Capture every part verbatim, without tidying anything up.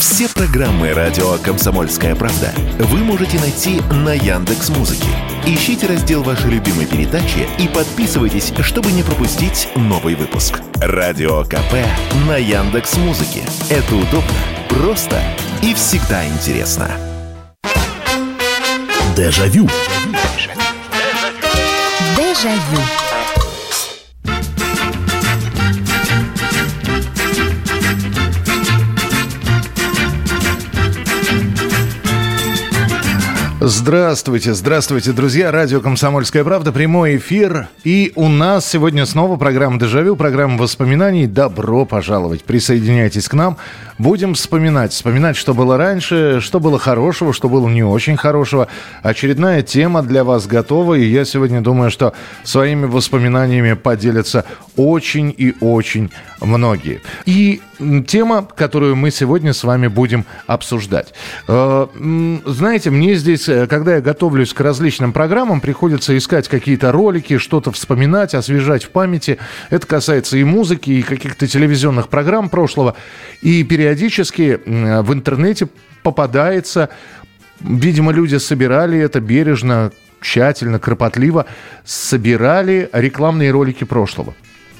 Все программы радио «Комсомольская правда» вы можете найти на Яндекс.Музыке. Ищите раздел вашей любимой передачи и подписывайтесь, чтобы не пропустить новый выпуск. Радио КП на Яндекс.Музыке. Это удобно, просто и всегда интересно. Дежавю. Дежавю. Здравствуйте, здравствуйте, друзья. Радио «Комсомольская правда», прямой эфир. И у нас сегодня снова программа «Дежавю», программа воспоминаний. Добро пожаловать, присоединяйтесь к нам. Будем вспоминать, вспоминать, что было раньше, что было хорошего, что было не очень хорошего. Очередная тема для вас готова, и я сегодня думаю, что своими воспоминаниями поделятся очень и очень многие. И тема, которую мы сегодня с вами будем обсуждать. Знаете, мне здесь, когда я готовлюсь к различным программам, приходится искать какие-то ролики, что-то вспоминать, освежать в памяти. Это касается и музыки, и каких-то телевизионных программ прошлого. И периодически в интернете попадается, видимо, люди собирали это бережно, тщательно, кропотливо, собирали рекламные ролики прошлого.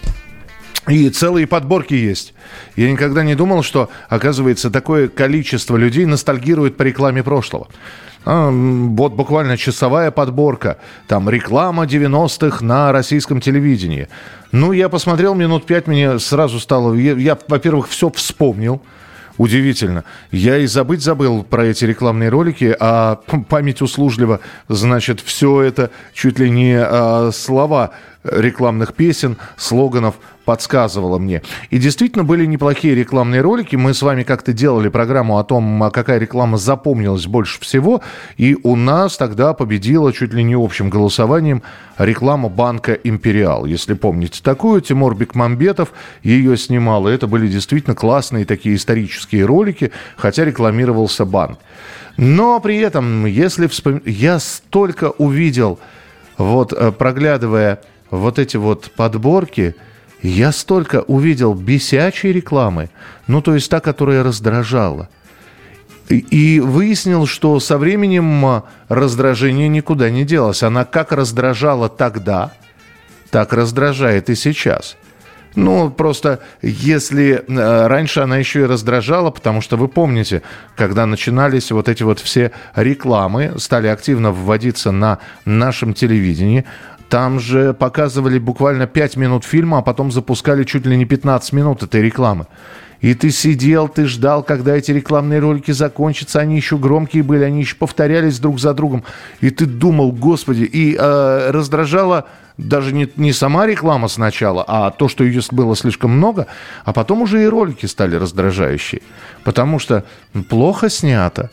И целые подборки есть. Я никогда не думал, что, оказывается, такое количество людей ностальгирует по рекламе прошлого. А, вот буквально часовая подборка. Там реклама девяностых на российском телевидении. Ну, я посмотрел минут пять, мне сразу стало... Я, я во-первых, все вспомнил. Удивительно. Я и забыть забыл про эти рекламные ролики, а память услужлива, значит, все это чуть ли не а, слова рекламных песен, слоганов подсказывала мне. И действительно были неплохие рекламные ролики. Мы с вами как-то делали программу о том, какая реклама запомнилась больше всего. И у нас тогда победила чуть ли не общим голосованием реклама банка «Империал». Если помните такую, Тимур Бекмамбетов ее снимал. И это были действительно классные такие исторические ролики, хотя рекламировался банк. Но при этом, если вспом... я столько увидел, вот проглядывая вот эти вот подборки, я столько увидел бесячей рекламы, ну, то есть та, которая раздражала. И, и выяснил, что со временем раздражение никуда не делось. Она как раздражала тогда, так раздражает и сейчас. Ну, просто если э, раньше она еще и раздражала, потому что вы помните, когда начинались вот эти вот все рекламы, стали активно вводиться на нашем телевидении, там же показывали буквально пять минут фильма, а потом запускали чуть ли не пятнадцать минут этой рекламы. И ты сидел, ты ждал, когда эти рекламные ролики закончатся. Они еще громкие были, они еще повторялись друг за другом. И ты думал, господи, и э, раздражала даже не, не сама реклама сначала, а то, что ее было слишком много. А потом уже и ролики стали раздражающие. Потому что плохо снято,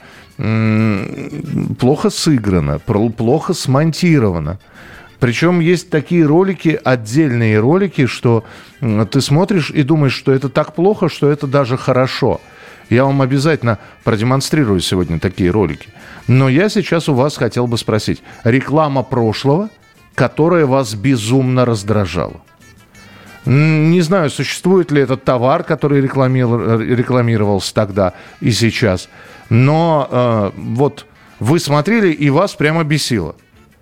м- плохо сыграно, плохо смонтировано. Причем есть такие ролики, отдельные ролики, что ты смотришь и думаешь, что это так плохо, что это даже хорошо. Я вам обязательно продемонстрирую сегодня такие ролики. Но я сейчас у вас хотел бы спросить. Реклама прошлого, которая вас безумно раздражала. Не знаю, существует ли этот товар, который рекламировался тогда и сейчас. Но э, вот вы смотрели, и вас прямо бесило.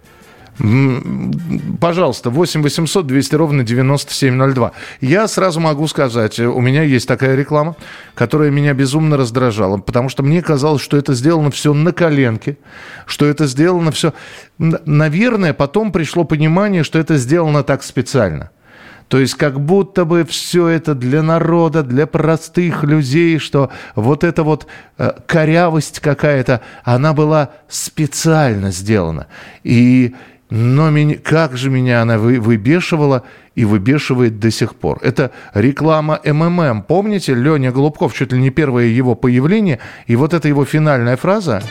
Пожалуйста, восемь восемьсот двести ровно девяносто семь ноль два. Я сразу могу сказать, у меня есть такая реклама, которая меня безумно раздражала, потому что мне казалось, что это сделано все на коленке, что это сделано все... Наверное, потом пришло понимание, что это сделано так специально. То есть как будто бы все это для народа, для простых людей, что вот эта вот э, корявость какая-то, она была специально сделана. И... Но меня, как же меня она вы, выбешивала и выбешивает до сих пор. Это реклама эм эм эм. Помните, Леня Голубков, чуть ли не первое его появление, и вот эта его финальная фраза.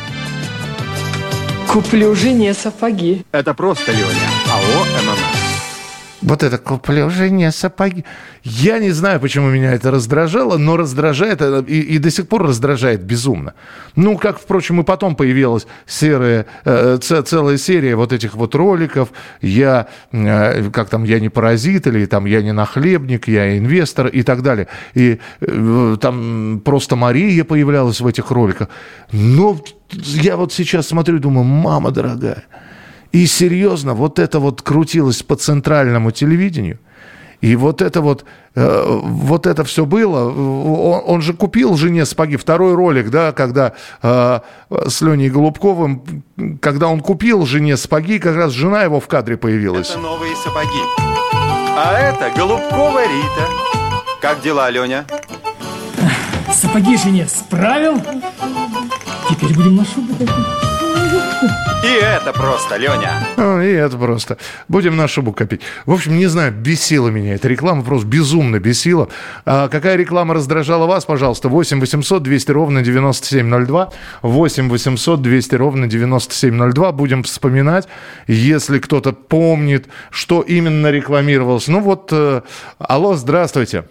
Куплю жене сапоги. Это просто, Леня, АО эм эм эм. Вот это «куплю жене сапоги». Я не знаю, почему меня это раздражало, но раздражает и, и до сих пор раздражает безумно. Ну, как, впрочем, и потом появилась серая, э, целая серия вот этих вот роликов. Я, э, как там, я не паразит, или там я не нахлебник, я инвестор и так далее. И э, там просто Мария появлялась в этих роликах. Но я вот сейчас смотрю и думаю, мама дорогая. И серьезно, вот это вот крутилось по центральному телевидению. И вот это вот, э, вот это все было. Он, он же купил жене сапоги. Второй ролик, да, когда э, с Леней Голубковым, когда он купил жене сапоги, как раз жена его в кадре появилась. Это новые сапоги. А это Голубкова Рита. Как дела, Леня? Сапоги жене справил. Теперь будем на шубу копить. И это просто, Леня. О, и это просто. Будем на шубу копить. В общем, не знаю, бесила меня эта реклама, просто безумно бесила. А какая реклама раздражала вас, пожалуйста? восемь восемьсот двести ровно девяносто семь ноль два. восемь восемьсот двести ровно девяносто семь ноль два. Будем вспоминать, если кто-то помнит, что именно рекламировалось. Ну вот, э, алло, здравствуйте.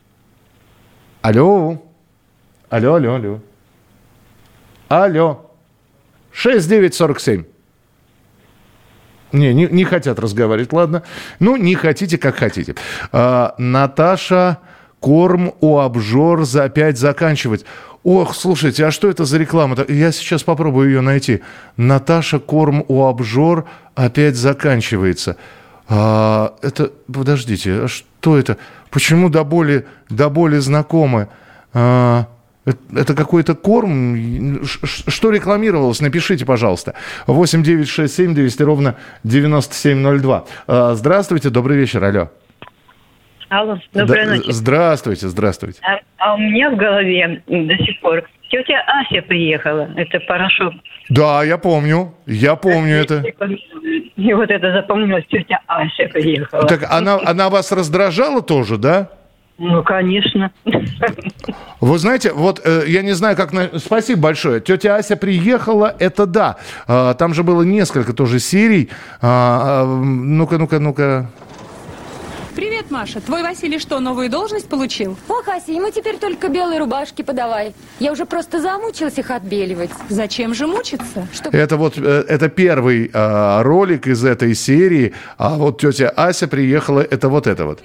Алло. Алло, алло, алло. Алло. шесть девять сорок семь. Не, не, не хотят разговаривать, ладно. Ну, не хотите, как хотите. А, Наташа, корм у обжор за опять заканчивать. Ох, слушайте, а что это за реклама-то? Я сейчас попробую ее найти. Наташа, корм у обжор опять заканчивается. А, это, подождите, а что это? Почему до боли, до боли знакомы? А... Это какой-то корм? Что рекламировалось? Напишите, пожалуйста. восемь девять шесть семь двести ровно девяносто семь ноль два. Здравствуйте, добрый вечер, алло. Алло, доброй да, ночи. Здравствуйте, здравствуйте. А, а у меня в голове до сих пор тетя Ася приехала, это порошок. Да, я помню, я помню это. И вот это запомнилось, тетя Ася приехала. Так она, она вас раздражала тоже, да? Ну, конечно. Вы знаете, вот э, я не знаю, как... На... Спасибо большое. Тетя Ася приехала, это да. А, там же было несколько тоже серий. А, а, ну-ка, ну-ка, ну-ка... Привет, Маша. Твой Василий что, новую должность получил? Ох, Ася, ему теперь только белые рубашки подавай. Я уже просто замучилась их отбеливать. Зачем же мучиться? Чтоб... Это вот, э, это первый э, ролик из этой серии. А вот тетя Ася приехала, это вот это вот.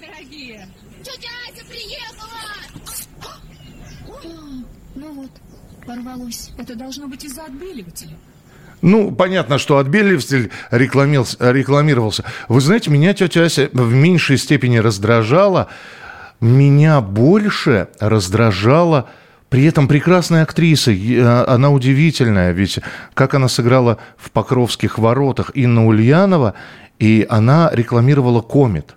Порвалось. Это должно быть из-за отбеливателя. Ну, понятно, что отбеливатель рекламировался. Вы знаете, меня тетя Ася в меньшей степени раздражала. Меня больше раздражала при этом прекрасная актриса. Она удивительная, ведь как она сыграла в «Покровских воротах» Инна Ульянова, и она рекламировала Комет.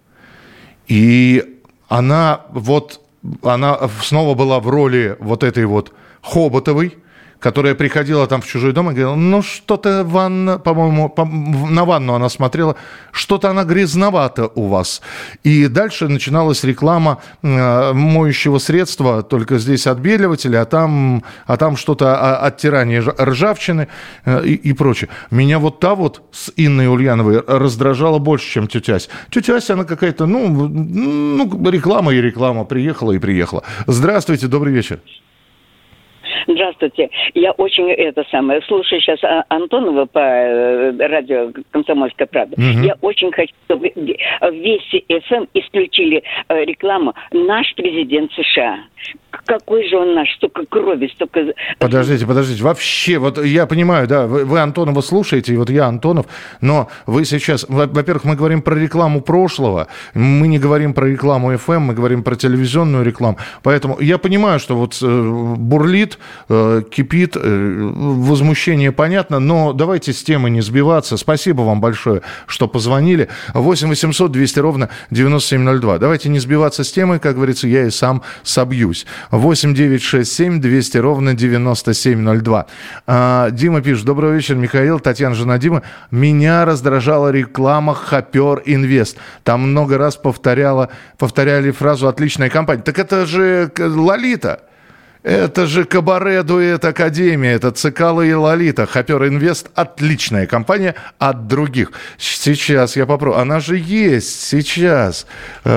И она вот, она снова была в роли вот этой вот Хоботовой, которая приходила там в чужой дом и говорила, ну что-то ванна, по-моему, по- на ванну она смотрела, что-то она грязновато у вас. И дальше начиналась реклама э, моющего средства, только здесь отбеливателя, а там, а там что-то оттирание ржавчины э, и, и прочее. Меня вот та вот с Инной Ульяновой раздражала больше, чем тетя Ася. Тетя Ася, она какая-то, ну, ну, реклама и реклама, приехала и приехала. Здравствуйте, добрый вечер. Здравствуйте. Я очень это самое слушаю сейчас Антонова по радио «Комсомольская правда». Угу. Я очень хочу, чтобы весь эф эм исключили рекламу «Наш президент США». Какой же он наш? Столько крови, столько... Подождите, подождите. Вообще, вот я понимаю, да, вы, вы Антонова слушаете, и вот я Антонов, но вы сейчас... Во-первых, мы говорим про рекламу прошлого, мы не говорим про рекламу эф эм, мы говорим про телевизионную рекламу. Поэтому я понимаю, что вот э, бурлит, э, кипит, э, возмущение понятно, но давайте с темы не сбиваться. Спасибо вам большое, что позвонили. восемь восемьсот двести ровно девяносто семь ноль два. Давайте не сбиваться с темы, как говорится, я и сам собьюсь. восемь девять шесть семь двести ровно девяносто семь ноль два. А, Дима пишет: добрый вечер, Михаил, Татьяна, жена Димы. Меня раздражала реклама Хопер Инвест. Там много раз повторяла, повторяли фразу «отличная компания». Так это же Лолита. Это же Кабаре Дуэт Академия, это Цикало и Лолита. Хопер Инвест – отличная компания от других. Сейчас я попробую. Она же есть сейчас.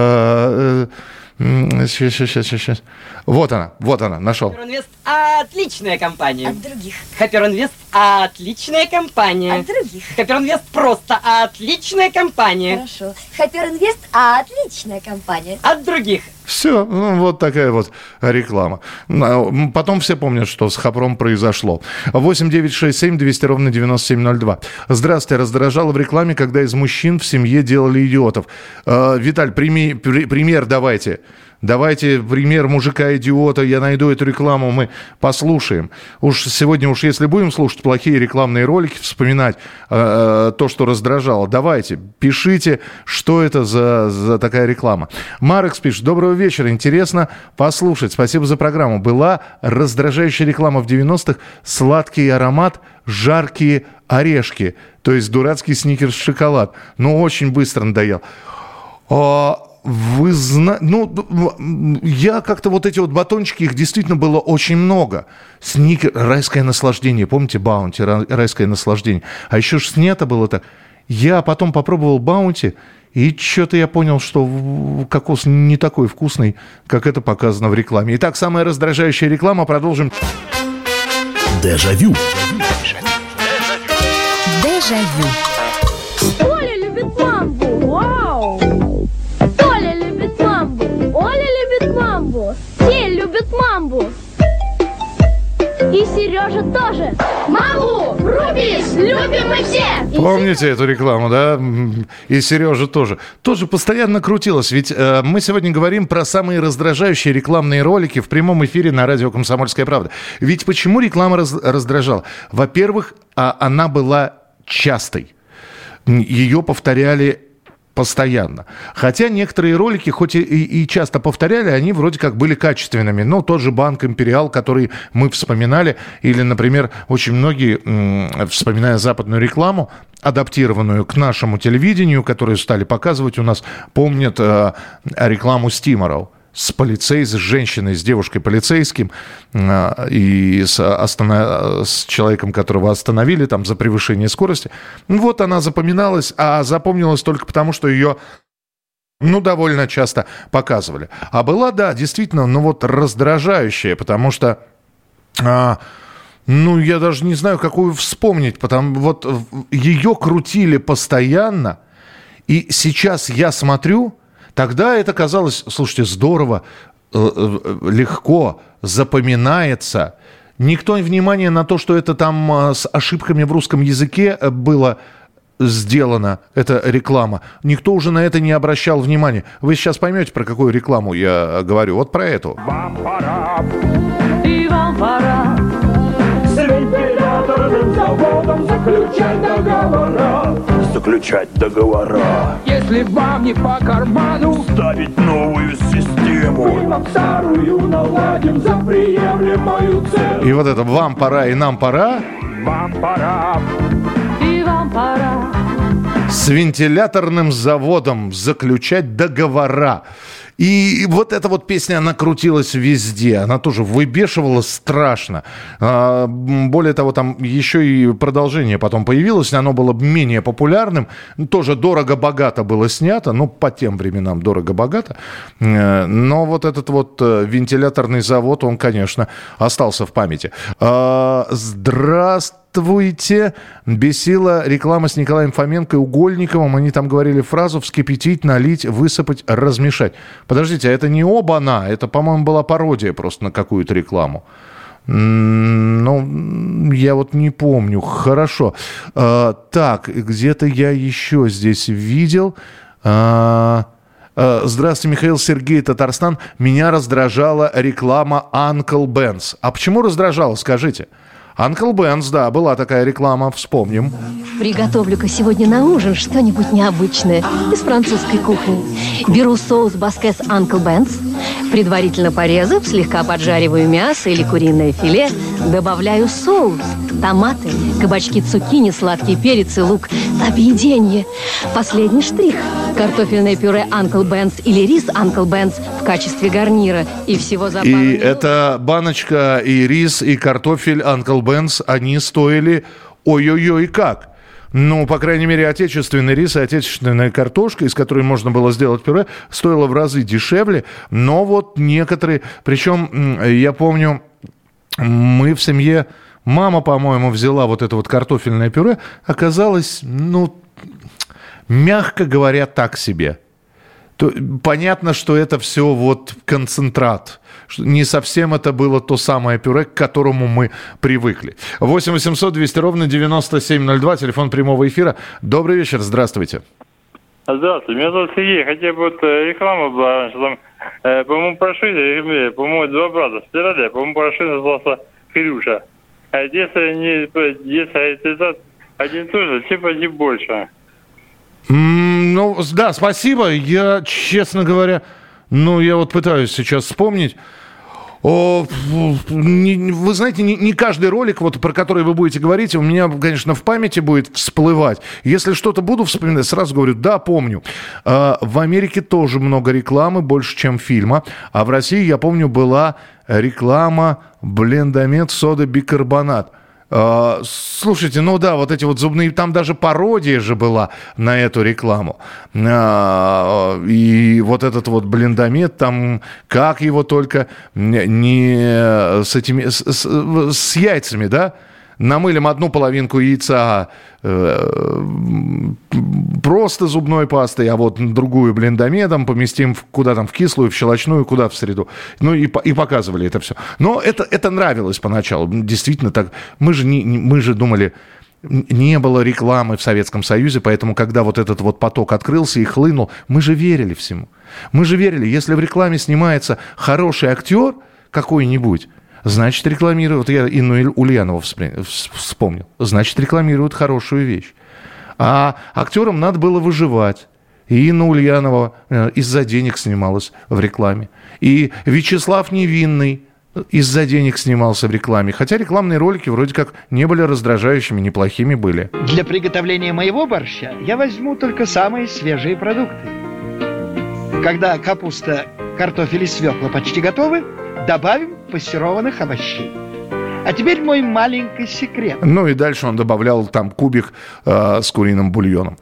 Сейчас, сейчас, сейчас. Вот она, вот она, нашел. Хопер Инвест – отличная компания. От других. Хопер Инвест – отличная компания. От других. Хопер Инвест – просто отличная компания. Хорошо. Хопер Инвест – отличная компания. От других. Все, ну, вот такая вот реклама. Потом все помнят, что с Хопром произошло. восемь девятьсот шестьдесят семь двести ровно девяносто семь ноль два. Здравствуйте, раздражало в рекламе, когда из мужчин в семье делали идиотов. Э, Виталь, прими, при, пример давайте. Давайте пример мужика-идиота, я найду эту рекламу, мы послушаем. Уж сегодня, уж если будем слушать плохие рекламные ролики, вспоминать э, то, что раздражало, давайте, пишите, что это за, за такая реклама. Марекс пишет: доброго вечера, интересно послушать, спасибо за программу. Была раздражающая реклама в девяностых, сладкий аромат, жаркие орешки, то есть дурацкий сникерс-шоколад. Ну, очень быстро надоел. Вы знаете, ну, я как-то вот эти вот батончики, их действительно было очень много. Сникер, райское наслаждение, помните, Баунти, райское наслаждение. А еще ж снято было так. Я потом попробовал Баунти, и что-то я понял, что кокос не такой вкусный, как это показано в рекламе. Итак, самая раздражающая реклама, продолжим. Дежавю. Дежавю. Оля любит мамбу. Вау! Толя любит мамбу. Оля любит мамбу. Все любят мамбу. И Сережа тоже. Мамбу! Рубис! Любим мы все! Помните эту рекламу, да? И Сережа тоже. Тоже постоянно крутилась. Ведь э, мы сегодня говорим про самые раздражающие рекламные ролики в прямом эфире на радио «Комсомольская правда». Ведь почему реклама раз, раздражала? Во-первых, а, она была частой. Ее повторяли постоянно. Хотя некоторые ролики, хоть и, и, и часто повторяли, они вроде как были качественными. Ну, тот же «Банк Империал», который мы вспоминали, или, например, очень многие, м- вспоминая западную рекламу, адаптированную к нашему телевидению, которую стали показывать у нас, помнят э, рекламу «Стиморал». С полицейской, с женщиной, с девушкой-полицейским э, и с, останов... с человеком, которого остановили там за превышение скорости. Вот она запоминалась, а запомнилась только потому, что ее, ну, довольно часто показывали. А была, да, действительно, ну, вот раздражающая, потому что, э, ну, я даже не знаю, какую вспомнить, потому вот ее крутили постоянно, и сейчас я смотрю. Тогда это казалось, слушайте, здорово, легко, запоминается. Никто внимания на то, что это там с ошибками в русском языке было сделано, эта реклама. Никто уже на это не обращал внимания. Вы сейчас поймете, про какую рекламу я говорю. Вот про эту. Вам пора, и вам пора с вентиляторным заводом заключать договора. Заключать договора. Если вам не по карману ставить новую систему, мы вам старую наладим за приемлемую цену. И вот это «вам пора» и «нам пора». Вам пора. И вам пора. С вентиляторным заводом заключать договора. И вот эта вот песня, она крутилась везде. Она тоже выбешивала страшно. А, более того, там еще и продолжение потом появилось. Оно было менее популярным. Тоже дорого-богато было снято. Ну, по тем временам дорого-богато. Но вот этот вот вентиляторный завод, он, конечно, остался в памяти. А, здравствуйте. Здравствуйте. Бесила реклама с Николаем Фоменко и Угольниковым. Они там говорили фразу «вскипятить, налить, высыпать, размешать». Подождите, а это не оба-на? Это, по-моему, была пародия просто на какую-то рекламу. Ну, я вот не помню. Хорошо. А, так, где-то я еще здесь видел... А... Здравствуйте, Михаил, Сергей, Татарстан. Меня раздражала реклама Uncle Ben's. А почему раздражала, скажите? Uncle Ben's, да, была такая реклама, вспомним. Приготовлю-ка сегодня на ужин что-нибудь необычное из французской кухни. Беру соус баскес Uncle Ben's, предварительно порезав, слегка поджариваю мясо или куриное филе, добавляю соус, томаты, кабачки, цукини, сладкий перец и лук. объедение. Последний штрих. Картофельное пюре Uncle Ben's или рис Uncle Ben's в качестве гарнира. И всего за пару И минут... эта баночка, и рис, и картофель Uncle Ben's, они стоили ой-ой-ой как. Ну, по крайней мере, отечественный рис и отечественная картошка, из которой можно было сделать пюре, стоила в разы дешевле. Но вот некоторые... Причем, я помню, мы в семье... Мама, по-моему, взяла вот это вот картофельное пюре. Оказалось, ну, мягко говоря, так себе. То, понятно, что это все вот концентрат. Не совсем это было то самое пюре, к которому мы привыкли. восемь восемьсот двести ровно девяносто семь ноль два, телефон прямого эфира. Добрый вечер, здравствуйте. Здравствуйте, меня зовут Сергей. Хотя бы вот реклама была раньше, там, э, по-моему, прошили, по-моему, два брата стирали, по-моему, прошили, назывался Кирюша. А если не, если это один тоже, типа не больше. Mm, ну, да, спасибо. Я, честно говоря, ну, я вот пытаюсь сейчас вспомнить. О, не, вы знаете, не, не каждый ролик, вот, про который вы будете говорить, у меня, конечно, в памяти будет всплывать. Если что-то буду вспоминать, сразу говорю, да, помню. А, в Америке тоже много рекламы, больше, чем фильма. А в России, я помню, была реклама блендомет сода бикарбонат. Uh, слушайте, ну да, вот эти вот зубные, там даже пародия же была на эту рекламу. Uh, и вот этот вот блендомет, там, как его только не с этими, с, с, с яйцами, да? Намылим одну половинку яйца э, просто зубной пастой, а вот другую блендомедом поместим в, куда там, в кислую, в щелочную, куда в среду. Ну и, и показывали это все. Но это, это нравилось поначалу. Действительно так. Мы же, не, мы же думали, не было рекламы в Советском Союзе, поэтому когда вот этот вот поток открылся и хлынул, мы же верили всему. Мы же верили, если в рекламе снимается хороший актер какой-нибудь, значит, рекламируют, вот я Инну Ульянову вспомнил, значит, рекламируют хорошую вещь. А актерам надо было выживать. И Инна Ульянова из-за денег снималась в рекламе. И Вячеслав Невинный из-за денег снимался в рекламе. Хотя рекламные ролики вроде как не были раздражающими, неплохими были. Для приготовления моего борща я возьму только самые свежие продукты. Когда капуста, картофель и свекла почти готовы, добавим пассерованных овощей. А теперь мой маленький секрет. Ну и дальше он добавлял там кубик э, с куриным бульоном.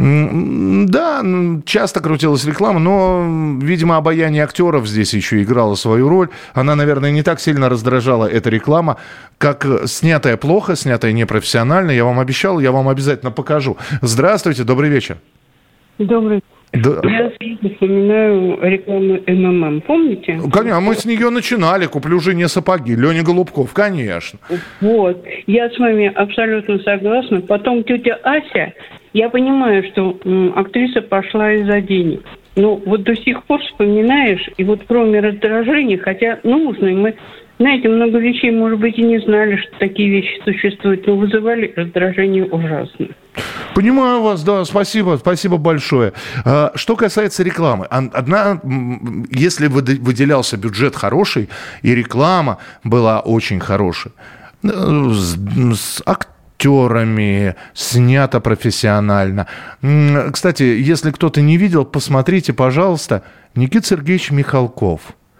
Да, часто крутилась реклама, но, видимо, обаяние актеров здесь еще играло свою роль. Она, наверное, не так сильно раздражала, эта реклама, как снятая плохо, снятая непрофессионально. Я вам обещал, я вам обязательно покажу. Здравствуйте, добрый вечер. Добрый. Да. Я вспоминаю рекламу эм эм эм, помните? Конечно, мы с нее начинали, куплю жене сапоги, Леня Голубков, конечно. Вот, я с вами абсолютно согласна. Потом тетя Ася, я понимаю, что м, актриса пошла из-за денег. Ну, вот до сих пор вспоминаешь, и вот кроме раздражения, хотя нужно, и мы, знаете, много вещей, может быть, и не знали, что такие вещи существуют, но вызывали раздражение ужасно. Понимаю вас, да, спасибо, спасибо большое. Что касается рекламы, одна, если выделялся бюджет хороший, и реклама была очень хорошая, с, с актерами, снято профессионально. Кстати, если кто-то не видел, посмотрите, пожалуйста, Никита Сергеевич Михалков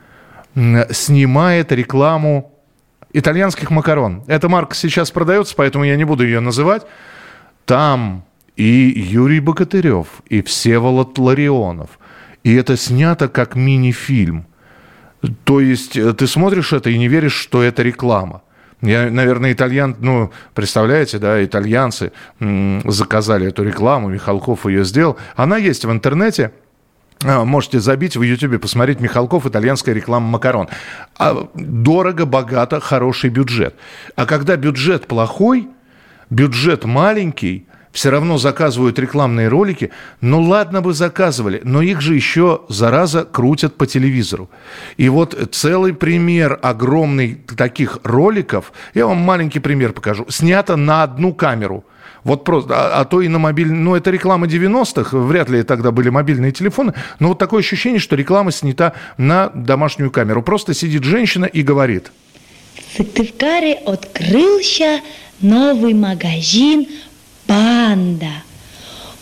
снимает рекламу итальянских макарон. Эта марка сейчас продается, поэтому я не буду ее называть. Там и Юрий Богатырев, и Всеволод Ларионов. И это снято как мини-фильм. То есть ты смотришь это и не веришь, что это реклама. Я, наверное, итальян, ну, представляете, да, итальянцы м- заказали эту рекламу, Михалков ее сделал. Она есть в интернете. Можете забить в Ютубе, посмотреть Михалков, итальянская реклама макарон. Дорого, богато, хороший бюджет. А когда бюджет плохой, бюджет маленький, все равно заказывают рекламные ролики. Ну, ладно бы заказывали, но их же еще, зараза, крутят по телевизору. И вот целый пример огромный таких роликов, я вам маленький пример покажу, снято на одну камеру. Вот просто, а, а то и на мобильный, ну, это реклама девяностых, вряд ли тогда были мобильные телефоны, но вот такое ощущение, что реклама снята на домашнюю камеру. Просто сидит женщина и говорит. В Сыктывкаре открылся новый магазин «Панда».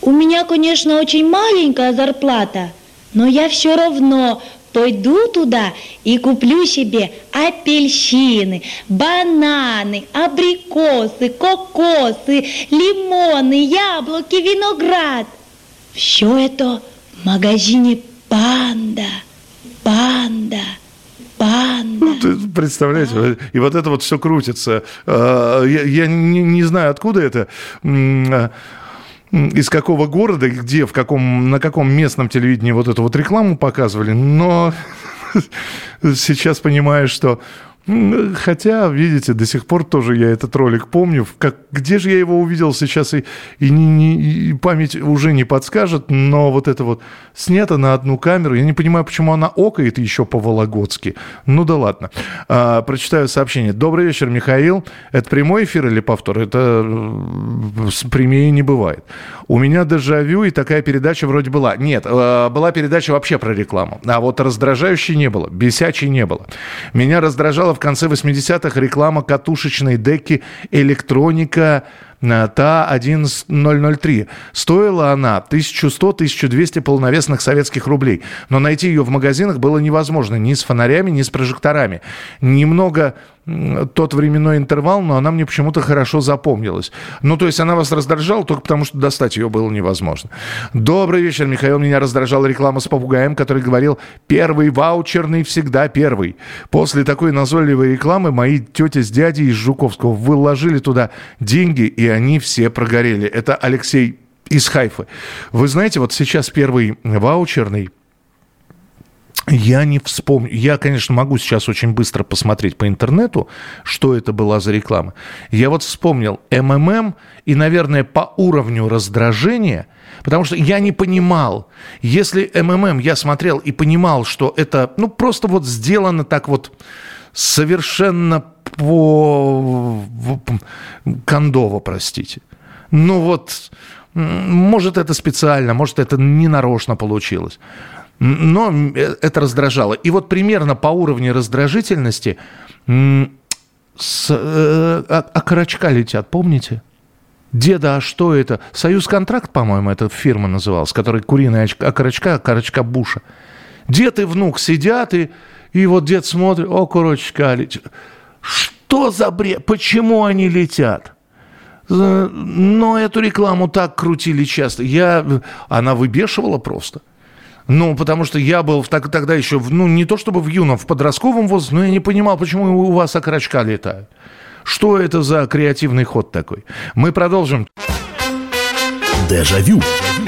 У меня, конечно, очень маленькая зарплата, но я все равно пойду туда и куплю себе апельсины, бананы, абрикосы, кокосы, лимоны, яблоки, виноград. Все это в магазине «Панда», «Панда». Панда. Ну, ты представляете, а? И вот это вот все крутится. Я, я не, не знаю, откуда это, из какого города, где, в каком, на каком местном телевидении вот эту вот рекламу показывали, но сейчас понимаю, что... Хотя, видите, до сих пор тоже я этот ролик помню. Как, где же я его увидел сейчас, и, и, не, и память уже не подскажет, но вот это вот снято на одну камеру. Я не понимаю, почему она окает еще по-вологодски. Ну да ладно. А, прочитаю сообщение. Добрый вечер, Михаил. Это прямой эфир или повтор? Это прямее не бывает. У меня дежавю, и такая передача вроде была. Нет, была передача вообще про рекламу. А вот раздражающей не было, бесячей не было. Меня раздражало в конце восьмидесятых реклама катушечной деки «Электроника» Та одиннадцать ноль ноль три. Стоила она тысяча сто - тысяча двести полновесных советских рублей. Но найти ее в магазинах было невозможно. Ни с фонарями, ни с прожекторами. Немного тот временной интервал, но она мне почему-то хорошо запомнилась. Ну, то есть она вас раздражала только потому, что достать ее было невозможно. Добрый вечер, Михаил. Меня раздражала реклама с попугаем, который говорил: «Первый ваучерный всегда первый». После такой назойливой рекламы мои тетя с дядей из Жуковского вложили туда деньги, и они все прогорели. Это Алексей из Хайфы. Вы знаете, вот сейчас первый ваучерный, я не вспомню. Я, конечно, могу сейчас очень быстро посмотреть по интернету, что это была за реклама. Я вот вспомнил эм эм эм и, наверное, по уровню раздражения, потому что я не понимал. Если эм эм эм я смотрел и понимал, что это, ну, просто вот сделано так вот совершенно по... кондово, простите. Ну вот, может, это специально, может, это ненарочно получилось. Но это раздражало. И вот примерно по уровню раздражительности с, э, окорочка летят, помните? Деда, а что это? Союз-контракт, по-моему, эта фирма называлась, которая куриная окорочка, окорочка Буша. Дед и внук сидят, и, и вот дед смотрит, окорочка летят. Что за бред? Почему они летят? Но эту рекламу так крутили часто. Я... Она выбешивала просто. Ну, потому что я был так, тогда еще, ну, не то чтобы в юном, в подростковом возрасте, но я не понимал, почему у вас окорочка летают. Что это за креативный ход такой? Мы продолжим. Дежавю.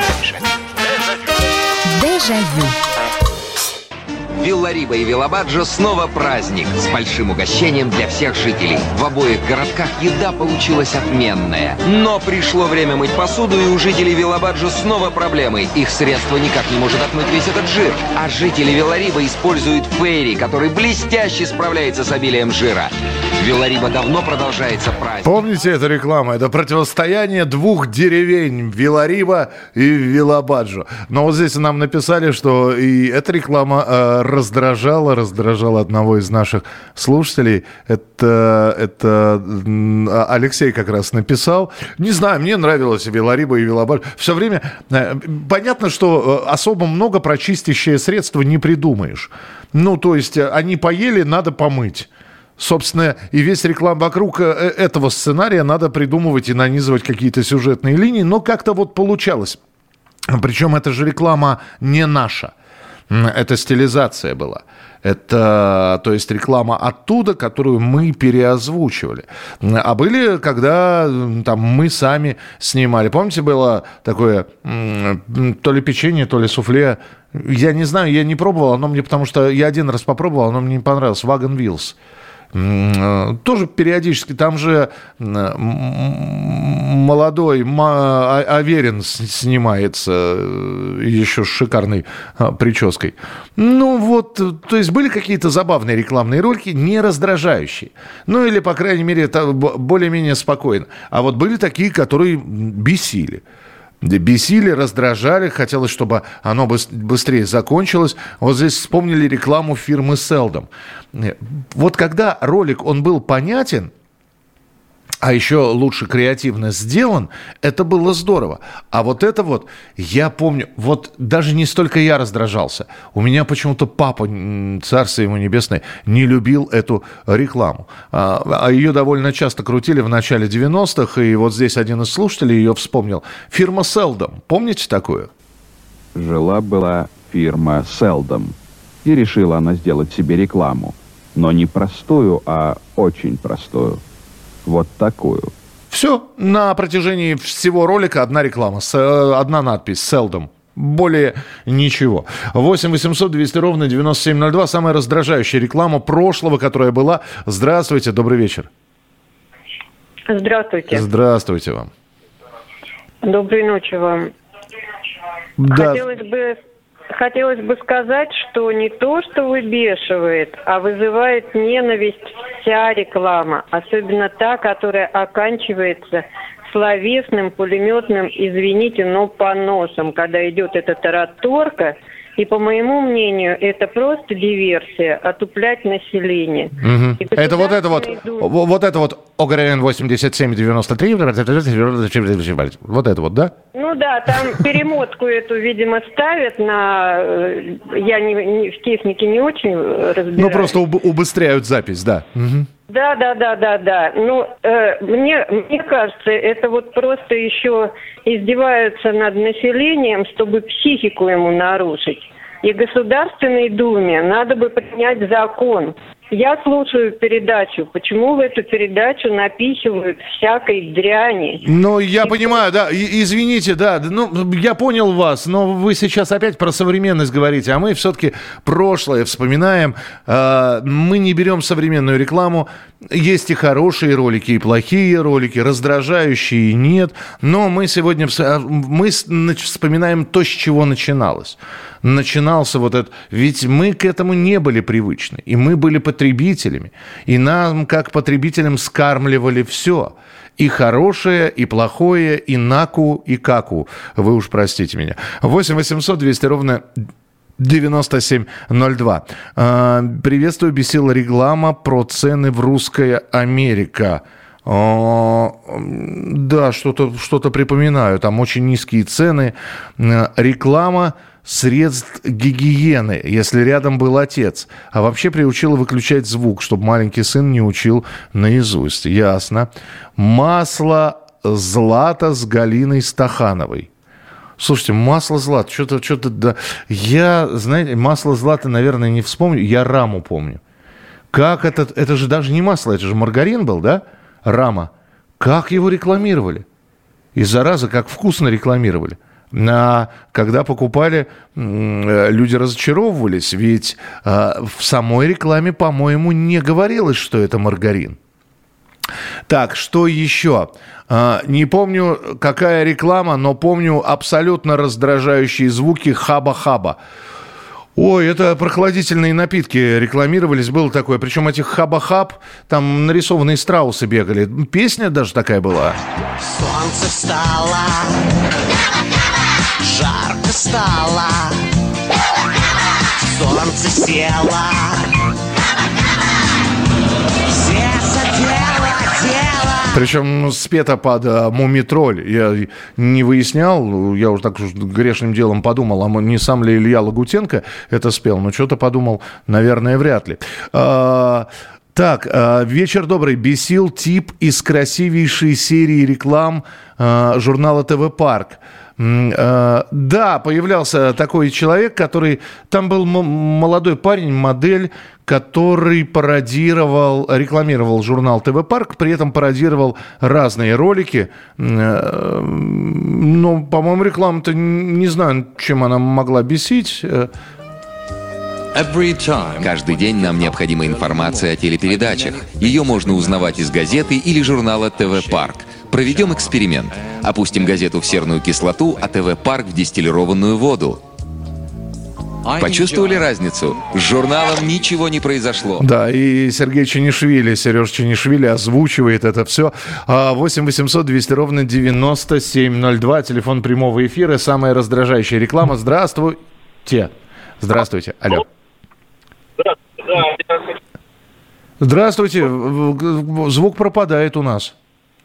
Дежавю. Виллариба и Виллабаджо снова праздник с большим угощением для всех жителей. В обоих городках еда получилась отменная. Но пришло время мыть посуду, и у жителей Виллабаджо снова проблемы. Их средство никак не может отмыть весь этот жир. А жители Виллариба используют фейри, который блестяще справляется с обилием жира. В Виллариба давно продолжается праздник. Помните эту рекламу? Это противостояние двух деревень — Виллариба и Виллабаджо. Но вот здесь нам написали, что и эта реклама э, раздражала, раздражала одного из наших слушателей. Это, это Алексей как раз написал. Не знаю, мне нравилось Виллариба и Виллабаджо. Все время... Э, понятно, что особо много про чистящее средство не придумаешь. Ну, то есть они поели, надо помыть. Собственно, и весь реклам вокруг этого сценария надо придумывать и нанизывать какие-то сюжетные линии, но как-то вот получалось. Причем эта же реклама не наша. Это стилизация была. Это, то есть, реклама оттуда, которую мы переозвучивали. А были, когда там мы сами снимали. Помните, было такое то ли печенье, то ли суфле. Я не знаю, я не пробовал, оно мне, потому что я один раз попробовал, оно мне не понравилось. Wagon Wheels. Тоже периодически, там же молодой Аверин снимается еще с шикарной прической. Ну вот, то есть были какие-то забавные рекламные ролики, не раздражающие. Ну или, по крайней мере, это более-менее спокойно. А вот были такие, которые бесили. Бесили, раздражали, хотелось, чтобы оно быстрее закончилось. Вот здесь вспомнили рекламу фирмы Селдом. Вот когда ролик, он был понятен, а еще лучше креативно сделан, это было здорово. А вот это вот, я помню, вот даже не столько я раздражался. У меня почему-то папа, царство ему небесное, не любил эту рекламу. А, а ее довольно часто крутили в начале девяностых, и вот здесь один из слушателей ее вспомнил. Фирма Селдом. Помните такую? Жила-была фирма Селдом, и решила она сделать себе рекламу. Но не простую, а очень простую. Вот такую. Все, на протяжении всего ролика одна реклама, с, одна надпись «Селдом». Более ничего. восемь восемьсот двести ровно девяносто семь ноль два. Самая раздражающая реклама прошлого, которая была. Здравствуйте, добрый вечер. Здравствуйте. Здравствуйте вам. Доброй ночи вам. Да. Хотелось бы... Хотелось бы сказать, что не то, что выбешивает, а вызывает ненависть вся реклама, особенно та, которая оканчивается словесным, пулеметным, извините, но поносом, когда идет эта тараторка. И, по моему мнению, это просто диверсия, отуплять население. Угу. Это вот это вот, Думе... вот это вот ОГРН восемьдесят семь девяносто три, вот это вот, да? Ну да, там перемотку эту, видимо, ставят на... Я не, не, в технике не очень разбираюсь. Ну, просто уб- убыстряют запись, да. Угу. Да, да, да, да, да. Ну, э, мне, мне кажется, это вот просто еще издеваются над населением, чтобы психику ему нарушить. И Государственной Думе надо бы принять закон. Я слушаю передачу. Почему в эту передачу напихивают всякой дряни? Ну, я и... понимаю, да. И, извините, да. Ну, я понял вас, но вы сейчас опять про современность говорите, а мы все-таки прошлое вспоминаем. Мы не берем современную рекламу. Есть и хорошие ролики, и плохие ролики, раздражающие нет. Но мы сегодня мы вспоминаем то, с чего начиналось. Начинался вот этот... Ведь мы к этому не были привычны. И мы были потребителями. И нам, как потребителям, скармливали все. И хорошее, и плохое, и наку, и каку. Вы уж простите меня. восемь восемьсот двести ровно девяносто семь ноль два. Приветствую, бесила реклама про цены в Русская Америка. Да, что-то, что-то припоминаю. Там очень низкие цены. Реклама средств гигиены, если рядом был отец. А вообще приучила выключать звук, чтобы маленький сын не учил наизусть. Ясно. Масло Злата с Галиной Стахановой. Слушайте, масло Злата, что-то, что-то, да. Я, знаете, масло Злата, наверное, не вспомню. Я Раму помню. Как это, это же даже не масло, это же маргарин был, да? Рама. Как его рекламировали? И зараза, как вкусно рекламировали. А когда покупали, люди разочаровывались, ведь в самой рекламе, по-моему, не говорилось, что это маргарин. Так, что еще? Не помню, какая реклама, но помню абсолютно раздражающие звуки хаба-хаба. Ой, это прохладительные напитки рекламировались, было такое. Причем этих хаба-хаб, там нарисованные страусы бегали. Песня даже такая была. Солнце встало, жарко стало, солнце село, все за дело, дело. Причем спето под а, «Мумитроль». Я не выяснял, я уже так уж грешным делом подумал, а не сам ли Илья Лагутенко это спел, но что-то подумал, наверное, вряд ли. А, так, а, вечер добрый. Бесил тип из красивейшей серии реклам а, журнала ТВ Парк. Да, появлялся такой человек, который... Там был м- молодой парень, модель, который пародировал, рекламировал журнал ТВ Парк, при этом пародировал разные ролики. Но, по-моему, реклама-то не знаю, чем она могла бесить. Каждый день нам необходима информация о телепередачах. Ее можно узнавать из газеты или журнала ТВ Парк. Проведем эксперимент. Опустим газету в серную кислоту, а ТВ Парк в дистиллированную воду. Почувствовали разницу? С журналом ничего не произошло. Да, и Сергей Ченишвили, Сереж Ченишвили озвучивает это все. восемь восемьсот двести ровно девяносто семь ноль два. Телефон прямого эфира. Самая раздражающая реклама. Здравствуйте. Здравствуйте. Алло. Здравствуйте. Звук пропадает у нас.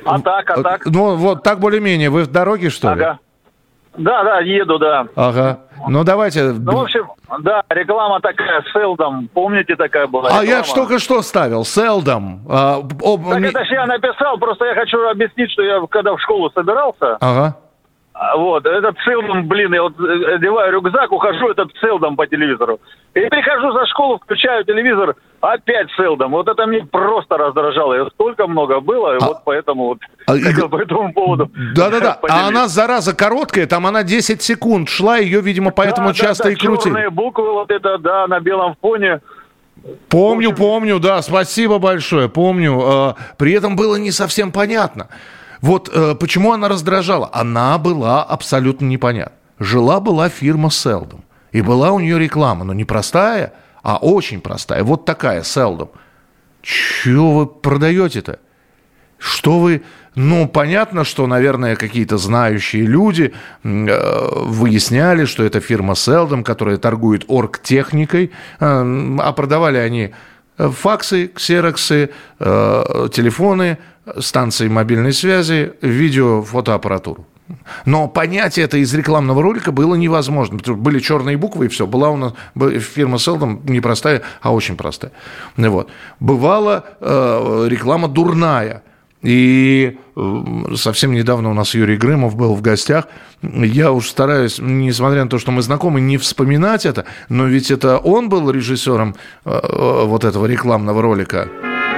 А так, а так. Ну, вот так более-менее. Вы в дороге, что ли? Ага. Да, да, еду, да. Ага. Ну, давайте... Ну, в общем, да, реклама такая, Селдом. Помните, такая была реклама? А я только что ставил, Селдом. А, об... Так это же я написал, просто я хочу объяснить, что я когда в школу собирался... Ага. Вот, этот Селдом, блин, я вот одеваю рюкзак, ухожу, этот Селдом по телевизору. И прихожу за школу, включаю телевизор, опять Селдом. Вот это мне просто раздражало. И столько много было, и а, вот поэтому вот а, хотел и... по этому поводу. Да-да-да, а она, зараза, короткая, там она десять секунд шла, ее, видимо, поэтому да, часто да, да, и крутили. Черные буквы, вот это, да, на белом фоне. Помню, общем... помню, да, спасибо большое, помню. При этом было не совсем понятно. Вот э, почему она раздражала? Она была абсолютно непонятна. Жила-была фирма Селдом. И была у нее реклама, но не простая, а очень простая. Вот такая, Селдом. Чего вы продаете-то? Что вы... Ну, понятно, что, наверное, какие-то знающие люди э, выясняли, что это фирма Селдом, которая торгует оргтехникой, э, а продавали они факсы, ксероксы, э, телефоны, станции мобильной связи, видео, фотоаппаратуру. Но понять это из рекламного ролика было невозможно. Были черные буквы, и все. Была у нас фирма Селдом не простая, а очень простая. Вот. Бывала э, реклама дурная. И э, совсем недавно у нас Юрий Грымов был в гостях. Я уж стараюсь, несмотря на то, что мы знакомы, не вспоминать это, но ведь это он был режиссером э, э, вот этого рекламного ролика.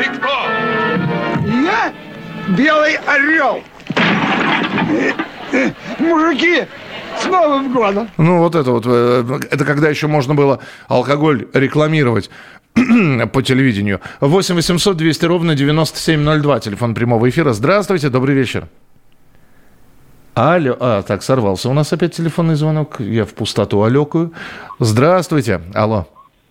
Я Белый Орел. Мужики, с Новым годом! Ну, вот это вот, это когда еще можно было алкоголь рекламировать по телевидению. восемь восемьсот двести ровно девяносто семь ноль два, телефон прямого эфира. Здравствуйте, добрый вечер. Алло, а, так, сорвался у нас опять телефонный звонок, я в пустоту алекаю. Здравствуйте, алло.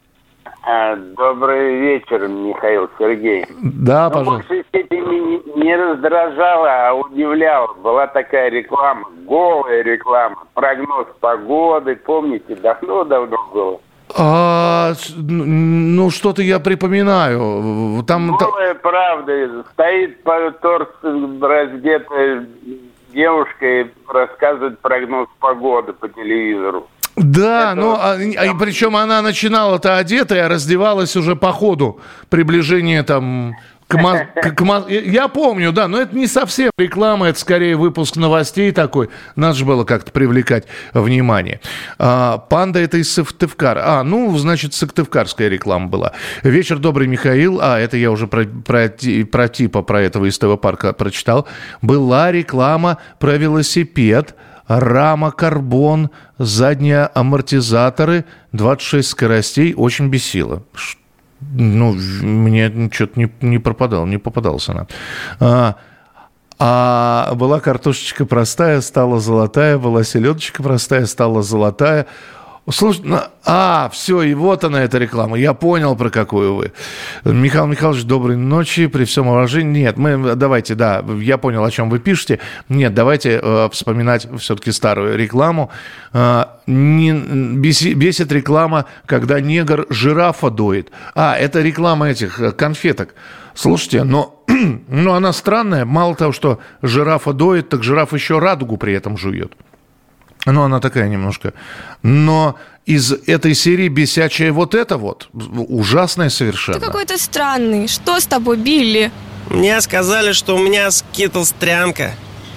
Добрый вечер, Михаил Сергеевич. Да, ну, пожалуйста. В большей степени не раздражала, а удивляла. Была такая реклама, голая реклама, прогноз погоды, помните, давно-давно было. А, ну, что-то я припоминаю. Там, голая там... правда. Стоит по торс раздетая девушка и рассказывает прогноз погоды по телевизору. Да, это ну, вот... а, а, причем она начинала-то одетая, а раздевалась уже по ходу приближения там к, мо- к, к мо- Я помню, да, но это не совсем реклама, это скорее выпуск новостей такой. Надо же было как-то привлекать внимание. А, Панда это из Сыктывкара. А, ну, значит, сыктывкарская реклама была. Вечер добрый, Михаил. А, это я уже про, про, про типа про этого из ТВ-парка прочитал. Была реклама про велосипед. Рама, карбон, задние амортизаторы, двадцать шесть скоростей, очень бесило. Ну, мне что-то не, не пропадало, не попадалась она. А, а была картошечка простая, стала золотая, была селедочка простая, стала золотая. Слушай, ну, а, все, и вот она, эта реклама. Я понял, про какую вы. Михаил Михайлович, доброй ночи, при всем уважении. Нет, мы, давайте, да, я понял, о чем вы пишете. Нет, давайте э, вспоминать все-таки старую рекламу. Э, не, беси, бесит реклама, когда негр жирафа доит. А, это реклама этих конфеток. Слушайте, но, но она странная. Мало того, что жирафа доит, так жираф еще радугу при этом жует. Ну, она такая немножко. Но из этой серии бесячая вот это вот. Ужасная совершенно. Ты какой-то странный. Что с тобой, Билли? Мне сказали, что у меня скитлстрянка.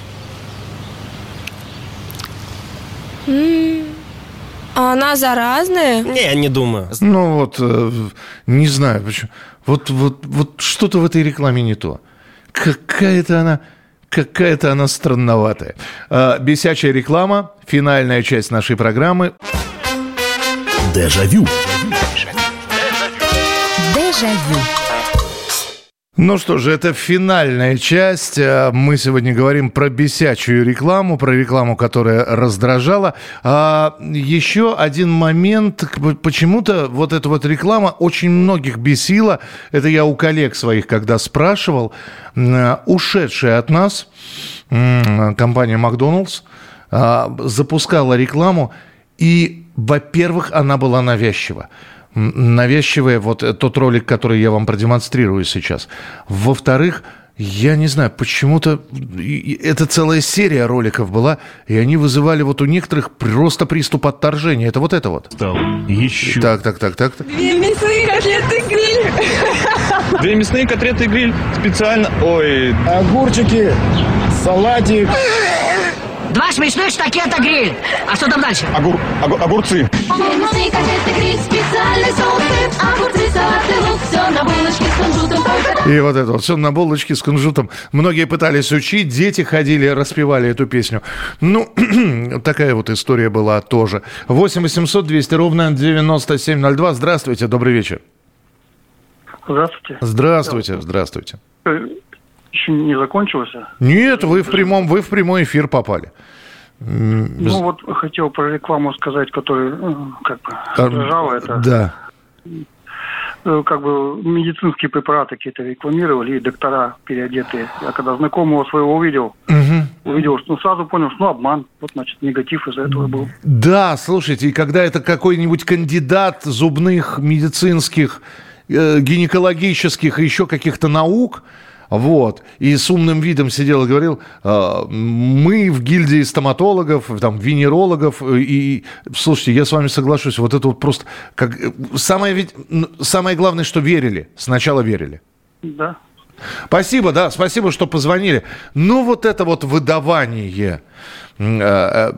М-м. А она заразная? Не, я не думаю. Ну, вот, э, не знаю почему. Вот, вот, вот что-то в этой рекламе не то. Какая-то она... Какая-то она странноватая. А, бесячая реклама. Финальная часть нашей программы. Дежавю. Дежавю. Ну что же, это финальная часть. Мы сегодня говорим про бесячую рекламу, про рекламу, которая раздражала. А еще один момент. Почему-то вот эта вот реклама очень многих бесила. Это я у коллег своих когда спрашивал. Ушедшая от нас компания «Макдоналдс» запускала рекламу. И, во-первых, она была навязчива. Навязчивая, вот тот ролик, который я вам продемонстрирую сейчас. Во-вторых, Я не знаю, почему-то это целая серия роликов была, и они вызывали вот у некоторых просто приступ отторжения. Это вот это вот. Стал еще. Так, так, так, так. Две мясные котлеты гриль. Две мясные котлеты гриль специально. Ой. Огурчики, салатик. Два смешных штакета гриль. А что там дальше? Огур, огур, огурцы. Мясные котлеты гриль, специальный соус, огурцы, салаты, лук, все на булочке с кунжутом только. И вот это вот, все на булочке с кунжутом. Многие пытались учить, дети ходили, распевали эту песню. Ну, такая вот история была тоже. восемь восемьсот двести ровно девяносто семь ноль два. Здравствуйте, добрый вечер. Здравствуйте. Здравствуйте, здравствуйте. Еще не закончилось? Нет, вы в прямом, вы в прямой эфир попали. Ну вот хотел про рекламу сказать, которая как бы раздражала это. Да. Как бы медицинские препараты какие-то рекламировали, и доктора переодетые. Я когда знакомого своего увидел, угу. увидел, ну сразу понял, что ну, обман. Вот, значит, негатив из-за этого был. Да, слушайте, и когда это какой-нибудь кандидат зубных, медицинских, э, гинекологических и еще каких-то наук, вот, и с умным видом сидел и говорил, э, мы в гильдии стоматологов, там, венерологов, и, и, слушайте, я с вами соглашусь, вот это вот просто, как, самое, ведь, самое главное, что верили, сначала верили. Да. Спасибо, да, спасибо, что позвонили. Ну, вот это вот выдавание э,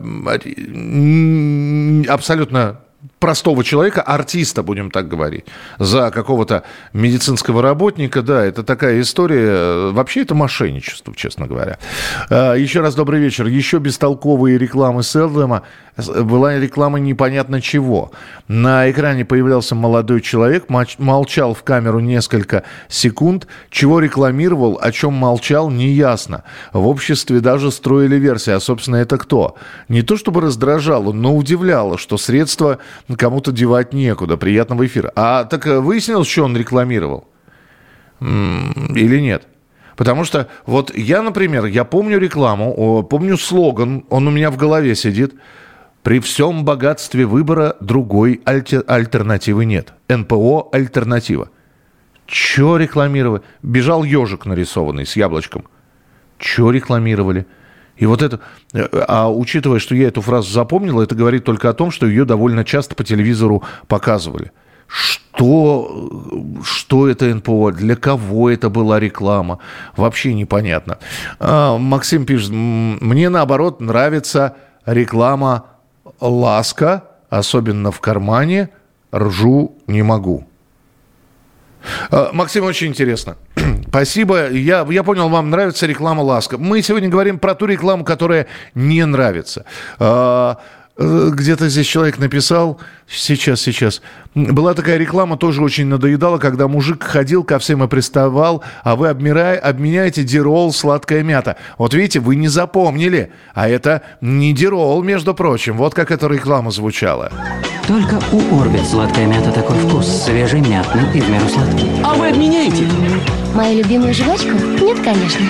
э, абсолютно простого человека, артиста, будем так говорить, за какого-то медицинского работника, да, это такая история, вообще это мошенничество, честно говоря. Еще раз добрый вечер. Еще бестолковые рекламы Селдома. Была реклама непонятно чего. На экране появлялся молодой человек, молчал в камеру несколько секунд, чего рекламировал, о чем молчал, неясно. В обществе даже строили версии, а, собственно, это кто? Не то чтобы раздражало, но удивляло, что средства кому-то девать некуда. Приятного эфира. А так выяснилось, что он рекламировал? Или нет? Потому что вот я, например, я помню рекламу, помню слоган, он у меня в голове сидит. При всем богатстве выбора другой альтер- альтернативы нет. эн пэ о альтернатива. Чё рекламировали? Бежал ежик нарисованный с яблочком. Чё рекламировали? И вот это, а учитывая, что я эту фразу запомнил, это говорит только о том, что ее довольно часто по телевизору показывали. Что, что это эн пэ о, для кого это была реклама, вообще непонятно. А, Максим пишет, мне наоборот нравится реклама «Ласка», особенно в кармане, ржу не могу. А, Максим, очень интересно. Спасибо. Я, я понял, вам нравится реклама «Ласка». Мы сегодня говорим про ту рекламу, которая не нравится. А, где-то здесь человек написал, сейчас, сейчас, была такая реклама, тоже очень надоедала, когда мужик ходил ко всем и приставал, а вы обмирай, обменяете дирол, сладкая мята. Вот видите, вы не запомнили, а это не дирол, между прочим. Вот как эта реклама звучала. Только у Орбит сладкая мята такой вкус, свежий, мятный и в меру сладкий. А вы обменяете? Мою любимую жвачку? Нет, конечно.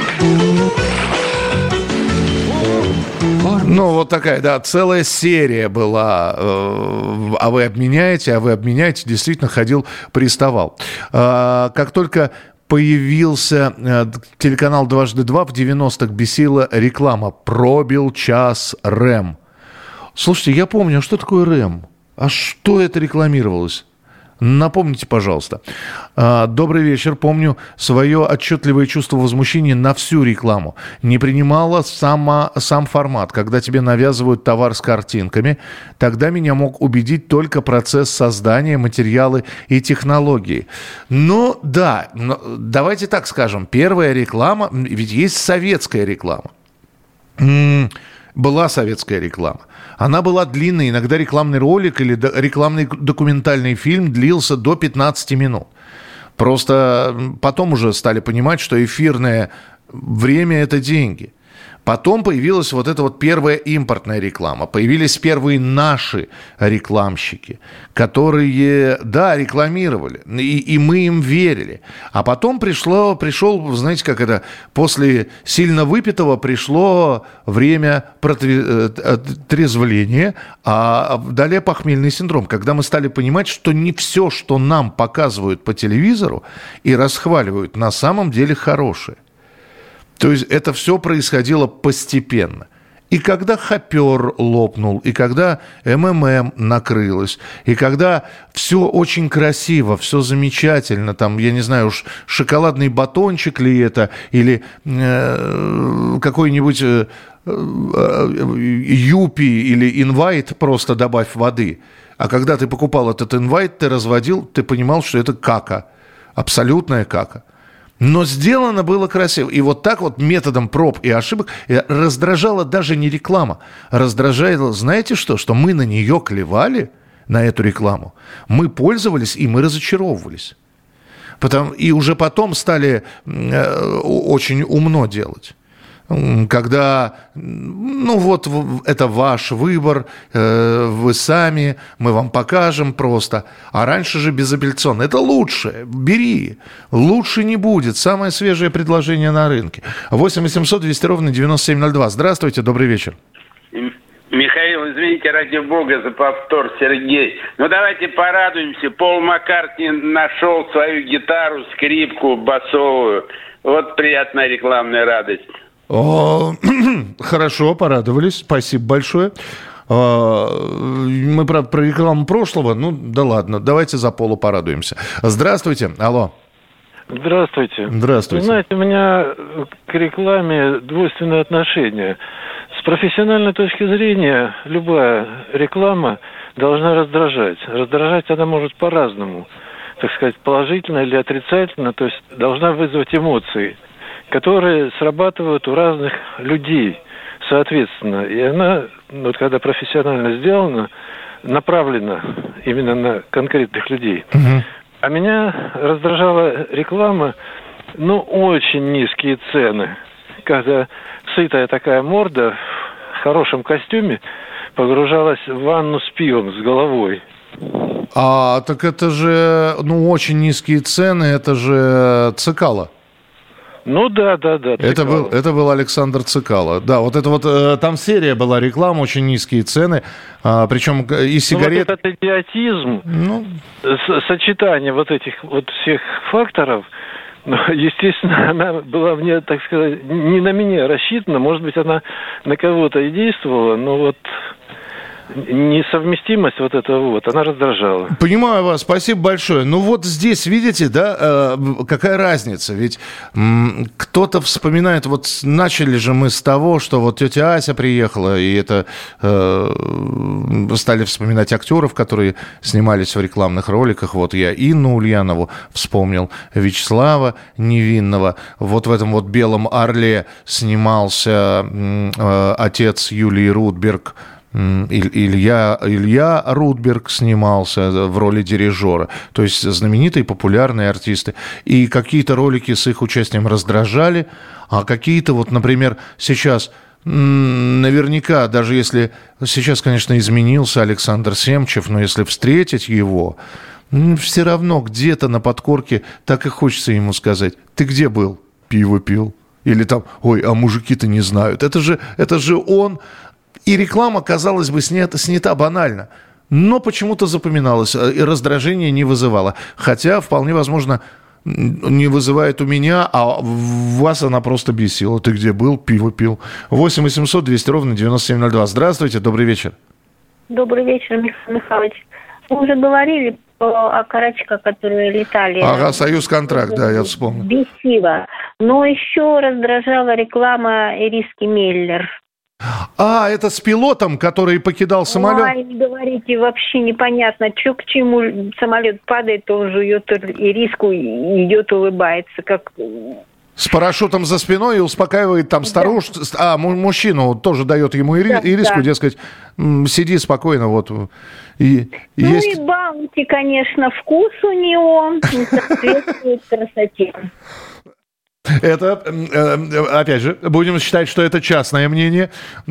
Ну, вот такая, да, целая серия была. Э, а вы обменяете, а вы обменяете. Действительно, ходил, приставал. Э, как только появился э, телеканал «Дважды два», в девяностых бесила реклама «Пробил час рэм». Слушайте, я помню, а что такое рэм? А что это рекламировалось? Напомните, пожалуйста. Добрый вечер. Помню свое отчетливое чувство возмущения на всю рекламу. Не принимала сама, сам формат, когда тебе навязывают товар с картинками. Тогда меня мог убедить только процесс создания, материалы и технологии. Ну, да, но давайте так скажем. Первая реклама, ведь есть советская реклама. Была советская реклама. Она была длинной, иногда рекламный ролик или рекламный документальный фильм длился до пятнадцати минут. Просто потом уже стали понимать, что эфирное время – это деньги. Потом появилась вот эта вот первая импортная реклама. Появились первые наши рекламщики, которые, да, рекламировали, и, и мы им верили. А потом пришло, пришел, знаете, как это, после сильно выпитого пришло время трезвления, а далее похмельный синдром, когда мы стали понимать, что не все, что нам показывают по телевизору и расхваливают, на самом деле хорошее. То есть это все происходило постепенно. И когда Хопер лопнул, и когда эм эм эм накрылось, и когда все очень красиво, все замечательно, там, я не знаю уж, шоколадный батончик ли это, или э, какой-нибудь э, э, юпи или инвайт, просто добавь воды. А когда ты покупал этот инвайт, ты разводил, ты понимал, что это кака, абсолютная кака. Но сделано было красиво. И вот так вот методом проб и ошибок раздражала даже не реклама. Раздражало, знаете что? Что мы на нее клевали, на эту рекламу. Мы пользовались, и мы разочаровывались. Потому, и уже потом стали э, очень умно делать. Когда, ну вот, это ваш выбор, э, вы сами, мы вам покажем просто. А раньше же безапелляционно. Это лучше, бери. Лучше не будет. Самое свежее предложение на рынке. восемь восемьсот двести ровно девяносто семь ноль два. Здравствуйте, добрый вечер. Михаил, извините, ради бога, за повтор, Сергей. Ну, давайте порадуемся. Пол Маккартни нашел свою гитару, скрипку басовую. Вот приятная рекламная радость. О, хорошо, порадовались. Спасибо большое. Мы, правда, про рекламу прошлого. Ну, да ладно, давайте за Полу порадуемся. Здравствуйте, алло. Здравствуйте. Здравствуйте. Вы знаете, у меня к рекламе двойственное отношение. С профессиональной точки зрения любая реклама должна раздражать. Раздражать она может по-разному. Так сказать, положительно или отрицательно. То есть должна вызвать эмоции, которые срабатывают у разных людей, соответственно. И она, вот когда профессионально сделана, направлена именно на конкретных людей. Угу. А меня раздражала реклама, ну, очень низкие цены. Когда сытая такая морда в хорошем костюме погружалась в ванну с пивом, с головой. А, так это же, ну, очень низкие цены, это же Цикало. Ну да, да, да. Это был, это был Александр Цикало. Да, вот это вот, э, там серия была реклама, очень низкие цены, а, причем и сигарет... Ну, вот этот идиотизм, ну... с- сочетание вот этих вот всех факторов, ну, естественно, она была мне, так сказать, не на меня рассчитана, может быть, она на кого-то и действовала, но вот... несовместимость вот этого вот, она раздражала. Понимаю вас, спасибо большое. Ну вот здесь, видите, да, э, какая разница? Ведь м, кто-то вспоминает, вот начали же мы с того, что вот тетя Ася приехала, и это э, стали вспоминать актеров, которые снимались в рекламных роликах. Вот я Инну Ульянову вспомнил, Вячеслава Невинного. Вот в этом вот «Белом орле» снимался э, отец Юлии Рудберг, Илья, Илья Рудберг снимался в роли дирижера. То есть знаменитые, популярные артисты. И какие-то ролики с их участием раздражали, а какие-то, вот, например, сейчас... Наверняка, даже если... Сейчас, конечно, изменился Александр Семчев, но если встретить его, все равно где-то на подкорке так и хочется ему сказать: ты где был? Пиво пил. Или там, ой, а мужики-то не знают. Это же, это же он... И реклама, казалось бы, снята, снята банально, но почему-то запоминалась, и раздражение не вызывала. Хотя, вполне возможно, не вызывает у меня, а вас она просто бесила. Ты где был? Пиво пил. восемь восемьсот двести ровно девяносто семь ноль два. Здравствуйте, добрый вечер. Добрый вечер, Михаил Михайлович. Мы уже говорили о карачках, которые летали. Ага, «Союз-контракт», да, я вспомнил. Бесило. Но еще раздражала реклама Ириски Меллер. А, это с пилотом, который покидал самолет? Ой, не говорите, вообще непонятно, что к чему самолет падает, то он жует ириску и идет, улыбается, как... С парашютом за спиной и успокаивает там старушку, да. А, мужчину тоже дает ему ири... да, ириску, да. Дескать, сиди спокойно, вот. И, ну есть... и Баунти, конечно, вкус у него не соответствует красоте. Это, опять же, будем считать, что это частное мнение,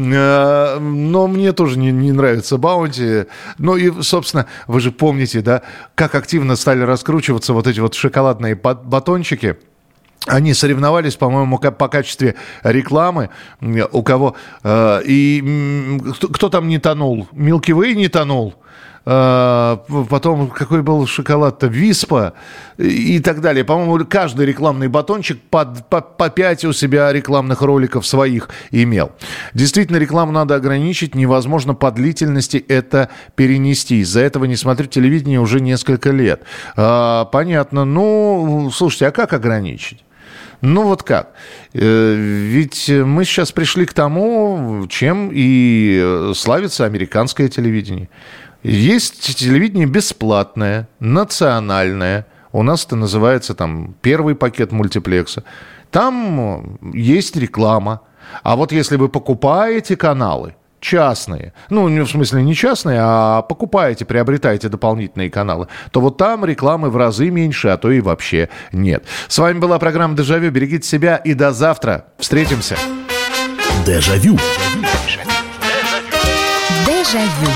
но мне тоже не, не нравится Баунти. Ну и, собственно, вы же помните, да, как активно стали раскручиваться вот эти вот шоколадные батончики. Они соревновались, по-моему, по качеству рекламы, у кого... И кто, кто там не тонул? Milky Way не тонул. потом какой был шоколад-то, Виспа и так далее. По-моему, каждый рекламный батончик под, по, по пять у себя рекламных роликов своих имел. Действительно, рекламу надо ограничить, невозможно по длительности это перенести. Из-за этого не смотрю телевидение уже несколько лет. Понятно. Ну, слушайте, а как ограничить? Ну вот как? Ведь мы сейчас пришли к тому, чем и славится американское телевидение. Есть телевидение бесплатное, национальное. У нас это называется там первый пакет мультиплекса. Там есть реклама. А вот если вы покупаете каналы, частные, ну, в смысле не частные, а покупаете, приобретаете дополнительные каналы, то вот там рекламы в разы меньше, а то и вообще нет. С вами была программа «Дежавю». Берегите себя и до завтра. Встретимся. Дежавю. Дежавю.